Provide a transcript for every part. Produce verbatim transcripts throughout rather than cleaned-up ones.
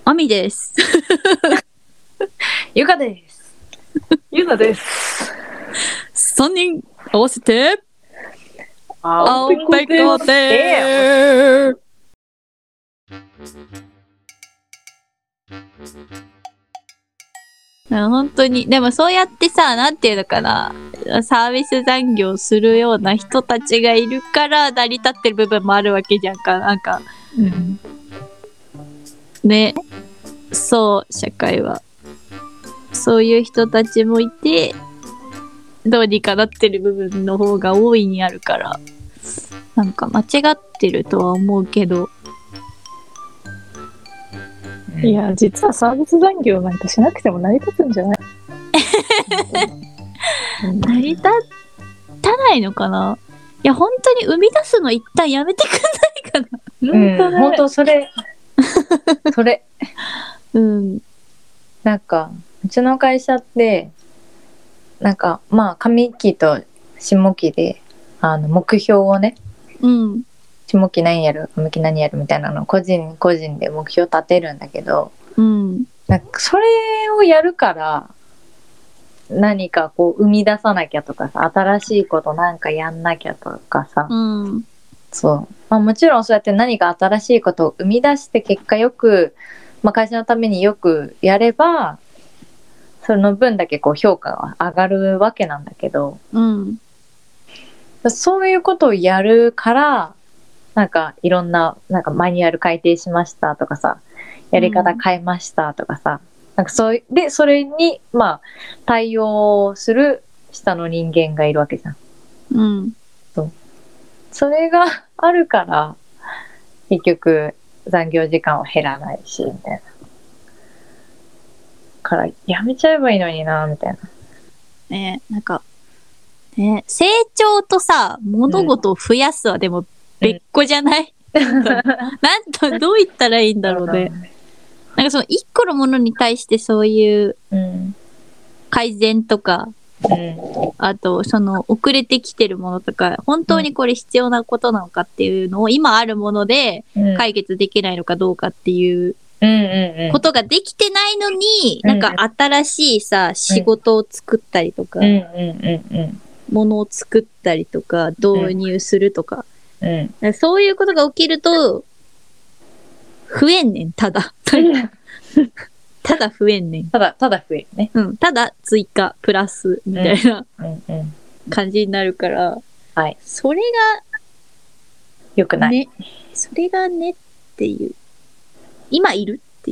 アミです。 ゆかです。ゆなです。 さんにん合わせて、 あおぺこでー。本当に、でもそうやってさ、なんていうのかな、サービス残業するような人たちがいるから成り立ってる部分もあるわけじゃんか。なんか、 うん、 ね、そう、社会は。そういう人たちもいて、どうにかなってる部分の方が大いにあるから、なんか間違ってるとは思うけど。 いや、実はサービス残業なんかしなくても成り立つんじゃない？ 成り立たないのかな。いや、本当に生み出すの一旦やめてくんないかな。 うん、本当それ、それ。 うん。 なんか、うちの会社って、なんか、まあ、上期と下期で、あの、目標をね、 うん。 下期何やる、上期何やるみたいなのを個人個人で目標立てるんだけど、 うん。 なんかそれをやるから、何かこう生み出さなきゃとかさ、新しいことなんかやんなきゃとかさ、 うん。 そう。まあもちろんそうやって何か新しいことを生み出して結果よく、まあ会社のためによくやれば、その分だけこう評価が上がるわけなんだけど、 うん。 そういうことをやるから、なんかいろんな、なんかマニュアル改定しましたとかさ、やり方変えましたとかさ、なんかそういう、で、それに、まあ、対応する下の人間がいるわけじゃん。 うん。 それがあるから、結局残業時間は減らないし、みたいな。からやめちゃえばいいのにな、みたいな。 ね、なんか、ね、成長とさ、物事を増やすはでも別個じゃない、うん、なんと、どう言ったらいいんだろうね。なんかその一個のものに対してそういう改善とか、うん、あとその遅れてきてるものとか、本当にこれ必要なことなのかっていうのを今あるもので解決できないのかどうかっていうことができてないのに、なんか新しいさ、仕事を作ったりとか、ものを作ったりとか、導入するとか、うん、そういうことが起きると、増えんねん、ただ。ただ増えんねん。 ただ、ただ増えるね。 うん、ただ追加、プラス、みたいな感じになるから、 はい。 それが、 よくない。 ね、それがねっていう。今いるっていう。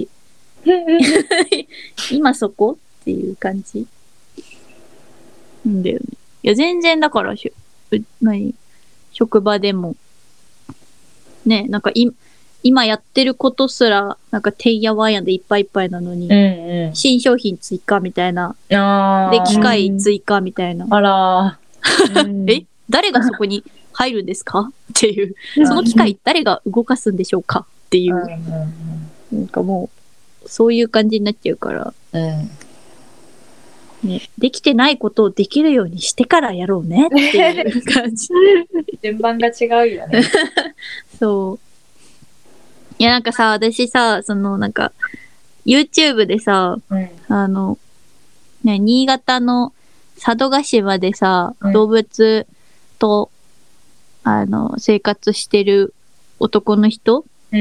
今そこっていう感じ。んだよね。いや、全然だから、しゅ何職場でも、ね、なんかい、今やってることすら、なんかてんやわんやでいっぱいいっぱいなのに、うんうん、新商品追加みたいな。で、機械追加みたいな。 あらー。え誰がそこに入るんですかっていう。その機械誰が動かすんでしょうかっていう。なんかもう、そういう感じになっちゃうから。うんね、できてないことをできるようにしてからやろうねっていう感じ。 順番が違うよね。 そう。いやなんかさ、私さ、そのなんか、YouTube でさ、うん、あの、ね、新潟の佐渡島でさ、うん、動物と、あの、生活してる男の人、うん、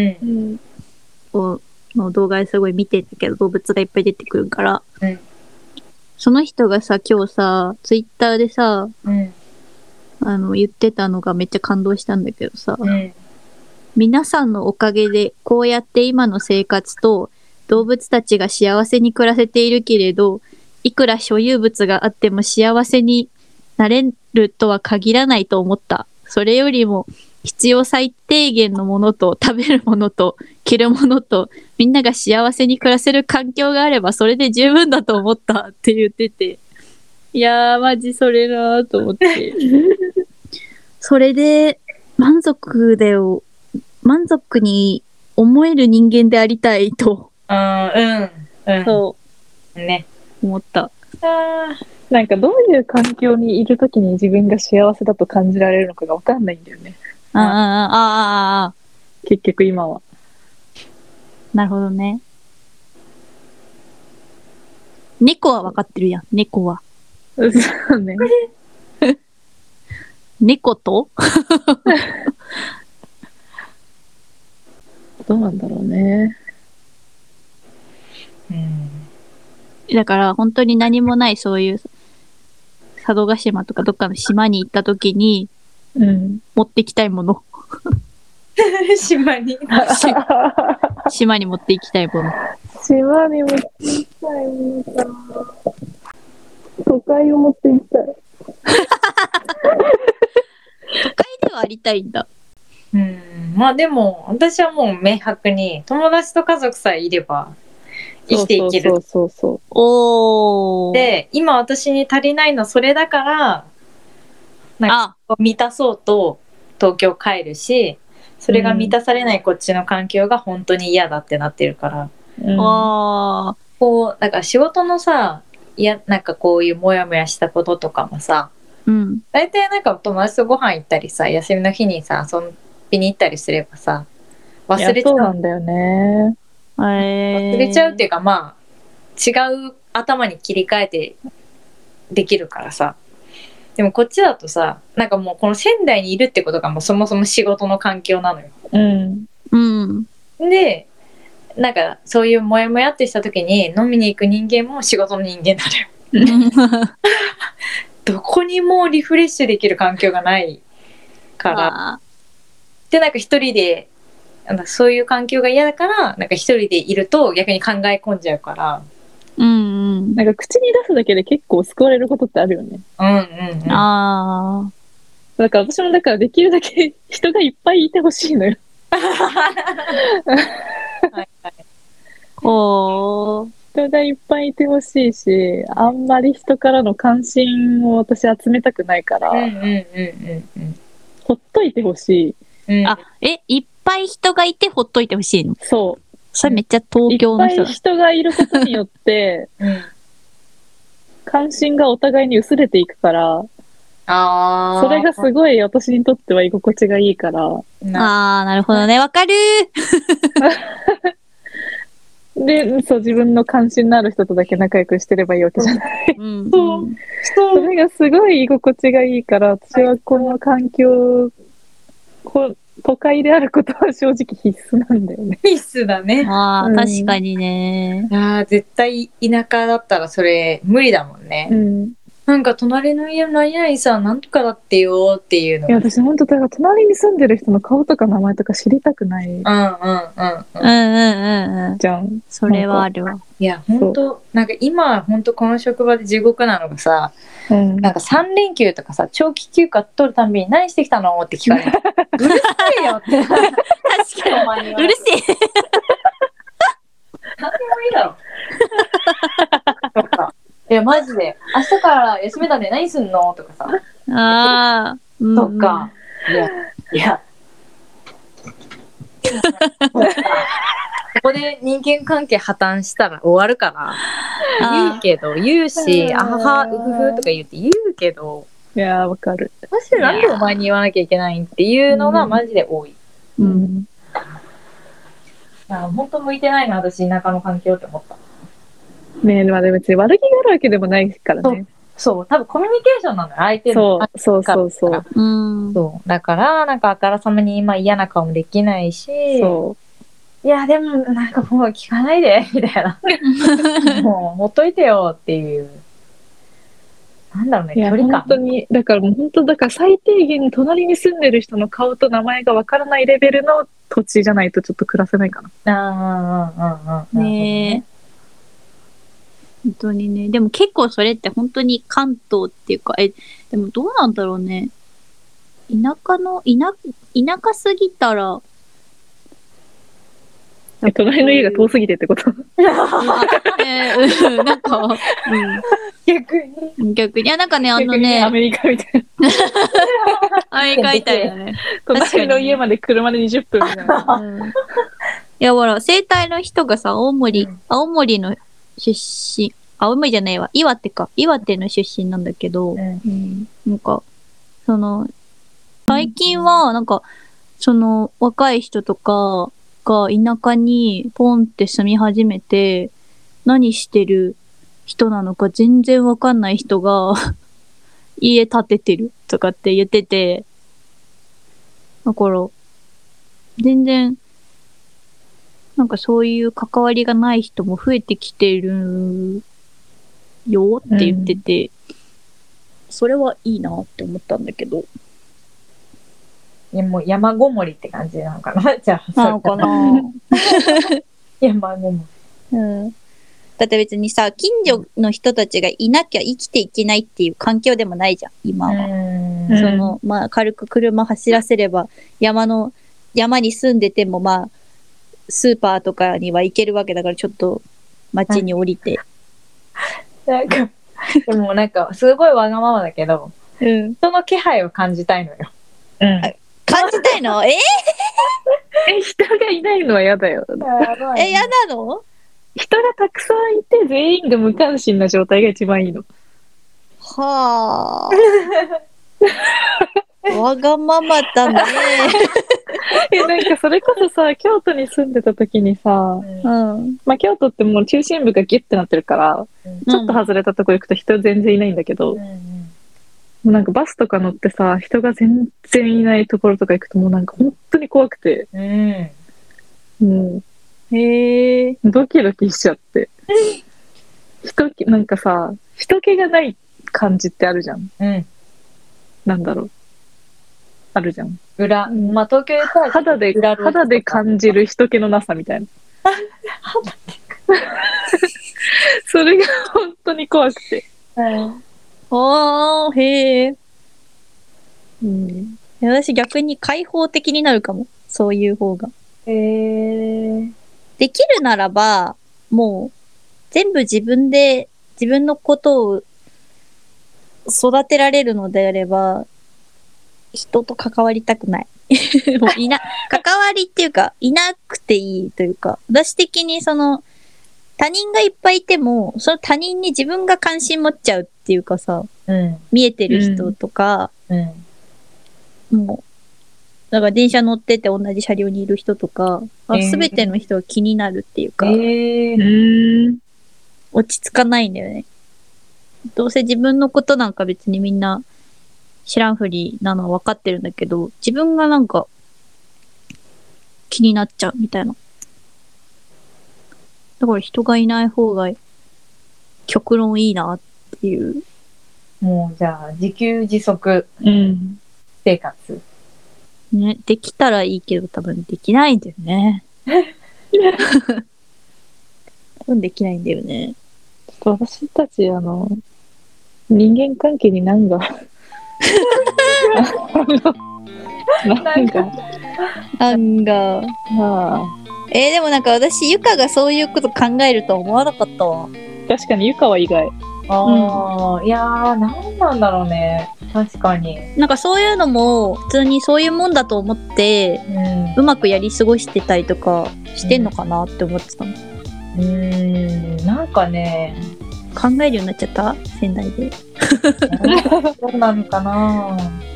をの動画ですごい見てたけど、動物がいっぱい出てくるから、うん、その人がさ、今日さ、ツイッターでさ、うん、あの、言ってたのがめっちゃ感動したんだけどさ、うん、皆さんのおかげで、こうやって今の生活と動物たちが幸せに暮らせているけれど、いくら所有物があっても幸せになれるとは限らないと思った。それよりも、必要最低限のものと食べるものと着るものとみんなが幸せに暮らせる環境があればそれで十分だと思ったって言ってて、いやーマジそれなーと思ってそれで満足だよ、満足に思える人間でありたいと、 あー、うん、うん、 そうね、 思った。 あなんかどういう環境にいるときに自分が幸せだと感じられるのかがわかんないんだよね。 ああああああ、 結局今は。 なるほどね。 猫は分かってるやん、猫は。 そうね。 猫とどうなんだろうね。 うん。 だから本当に何もないそういう佐渡島とかどっかの島に行った時にうん。 持ってきたいもの。 島に。 島に持って行きたいもの。 島に持って行きたいものかな。都会を持って行きたい。 都会ではありたいんだ。 うん。まあでも、私はもう明白に、友達と家族さえいれば、生きていける。 そうそうそうおー。 で、今私に足りないのはそれだから、なんかあ、 満たそうと東京帰るし、それが満たされないこっちの環境が本当に嫌だってなってるから、 そう。うん。 あこう、だから仕事のさ、いや、なんかこういうモヤモヤしたこととかもさ、 ー。うん。 大体なんか友達とご飯行ったりさ、休みの日にさ、遊びに行ったりすればさ、忘れちゃう。 そうなんだよね。 えー、 忘れちゃうっていうか、まあ、違う頭に切り替えてできるからさ。でもこっちだとさ、なんかもうこの仙台にいるってことがもうそもそも仕事の環境なのよ。 うん。 うん。 で、なんかそういうモヤモヤってした時に飲みに行く人間も仕事の人間なのよ。どこにもリフレッシュできる環境がないから。 あで、なんか一人で、なんかそういう環境が嫌だから、なんか一人でいると逆に考え込んじゃうから。 うんうん。 なんか口に出すだけで結構救われることってあるよね。 うんうんうん。 あだから私もだからできるだけ人がいっぱいいてほしいのよ。 はいはい。 ー。ほー。 人がいっぱいいてほしいし、あんまり人からの関心を私集めたくないから、 うんうんうんうんほっといてほしい。 うん。 あ、え、いっぱい人がいてほっといてほしいの？ そそれめっちゃう。い東っぱい京の人だ。 人がいることによって、 うん。 関心がお互いに薄れていくから、 ああ。 それがすごい私にとっては居心地がいいから、 なあー、なるほどね。わかるで、そう、自分の関心のある人とだけ仲良くしてればいいわけじゃない。 ー。うん。 そううんそれがすごい居心地がいいから、私はこの環境、こ都会であることは正直必須なんだよね。 必須だね。 まあ、 うん確かにね。 ああ、絶対田舎だったらそれ無理だもんね。 うん。 なんか隣の家の何々さんなんとかだってよっていうのいや、 が。 私本当だから隣に住んでる人の顔とか名前とか知りたくないうんうんうんううんん。 うんうんうん。 じゃん。 それはあるわ。 いや、ほんと、なんか今、ほんとこの職場で地獄なのがさ、 うん。 なんかさん連休とかさ、長期休暇取るたんびに何してきたのって聞かれる。うるせえよって。 確かに。うるせえ。 何でもいいだろ。とか。いや、マジで。明日から休めたんで何すんのとかさ。 ああ。うんとか。いや、いや。ここで人間関係破綻したら終わるから言うけど言うし、あははうふふとか言って言うけど、 いやー、わかる。 マジでなんでお前に言わなきゃいけないんっていうのがマジで多い。 う。 うんん。 いや本当向いてないな私田舎の環境って思った。 ねえ、まあでも別に悪気があるわけでもないからね。 そう多分コミュニケーションなのよ相手の。 そう、そうそうそう。 うん。 そうだからなんかあからさまに今嫌な顔もできないし、 そいやでもなんかもう聞かないでみたいなもうほっといてよっていうなんだろうねう。いや、 距離感本当に、だからもう本当、だから最低限隣に住んでる人の顔と名前がわからないレベルの土地じゃないとちょっと暮らせないかな。 ああうんうんうんねえ。本当にね。でも結構それって本当に関東っていうか、え、でもどうなんだろうね。田舎の、田、田舎すぎたら、 え隣の家が遠すぎてってこと？ えー、うんなんか、 逆にうん。逆に。いや、なんかね、あの逆にアね、 メリカみたいな。 あれ書いてあるよね。 隣の家まで車でにじゅっぷんみたいな。 うん。いや、ほら、生体の人がさ、青森、 うん青森の出身、青森じゃないわ、岩手か。岩手の出身なんだけど、 うん。 なんか、その、最近は、なんか、その、若い人とかが田舎にポンって住み始めて、何してる人なのか全然わかんない人が家建ててるとかって言ってて、だから全然なんかそういう関わりがない人も増えてきてるよって言ってて、うん、それはいいなって思ったんだけど。 いやもう山ごもりって感じなのかなじゃあ。 なのかな山ごもり。うん。だって別にさ、近所の人たちがいなきゃ生きていけないっていう環境でもないじゃん、今は。うんその、まあ軽く車走らせれば、山の、山に住んでてもまあ、スーパーとかには行けるわけだからちょっと街に降りて。 なんか、でもなんかすごいわがままだけど、うん、人の気配を感じたいのよ。 うん、感じたいのえー、 え、人がいないのは嫌だよ。 え、嫌なの人がたくさんいて全員が無関心な状態が一番いいの。 はあ。わがままだね。 え、なんかそれこそさ、京都に住んでた時にさ、うん、まあ京都ってもう中心部がギュッてなってるから、うん、ちょっと外れたとこ行くと人全然いないんだけど、うんうん、もうなんかバスとか乗ってさ、人が全然いないところとか行くともうなんか本当に怖くて、うん、もう、へえ、ドキドキしちゃって。人気、なんかさ、人気がない感じってあるじゃん。うん、なんだろう。あるじゃん。 裏、まあ東京で肌で、肌で感じる人気のなさみたいな。肌でそれが本当に怖くて。うん、 あー、へえ。うん。私逆に開放的になるかも。そういう方が。へえ。できるならば、もう、全部自分で、自分のことを育てられるのであれば、人と関わりたくない。もういな、関わりっていうか、いなくていいというか、私的にその、他人がいっぱいいても、その他人に自分が関心持っちゃうっていうかさ、うん、見えてる人とか、うんうん、もう、だから電車乗ってて同じ車両にいる人とか、すべ、えー、ての人が気になるっていうか、えー、落ち着かないんだよね。どうせ自分のことなんか別にみんな知らんふりなのは分かってるんだけど、自分がなんか気になっちゃうみたいな。だから人がいない方が極論いいなっていう。 もうじゃあ自給自足生活、 うん、ね、できたらいいけど多分できないんだよね。多分できないんだよね。 ちょっと私たちあの人間関係に難がなんか難がまあえー、でもなんか私ゆかがそういうこと考えるとは思わなかったわ。 確かにゆかは意外。 ああ、うん、いやーなんなんだろうね。確かになんかそういうのも普通にそういうもんだと思って、うん、うまくやり過ごしてたりとかしてんのかなって思ってたの。うーん、なんかね考えるようになっちゃった仙台で。 そうなのかな。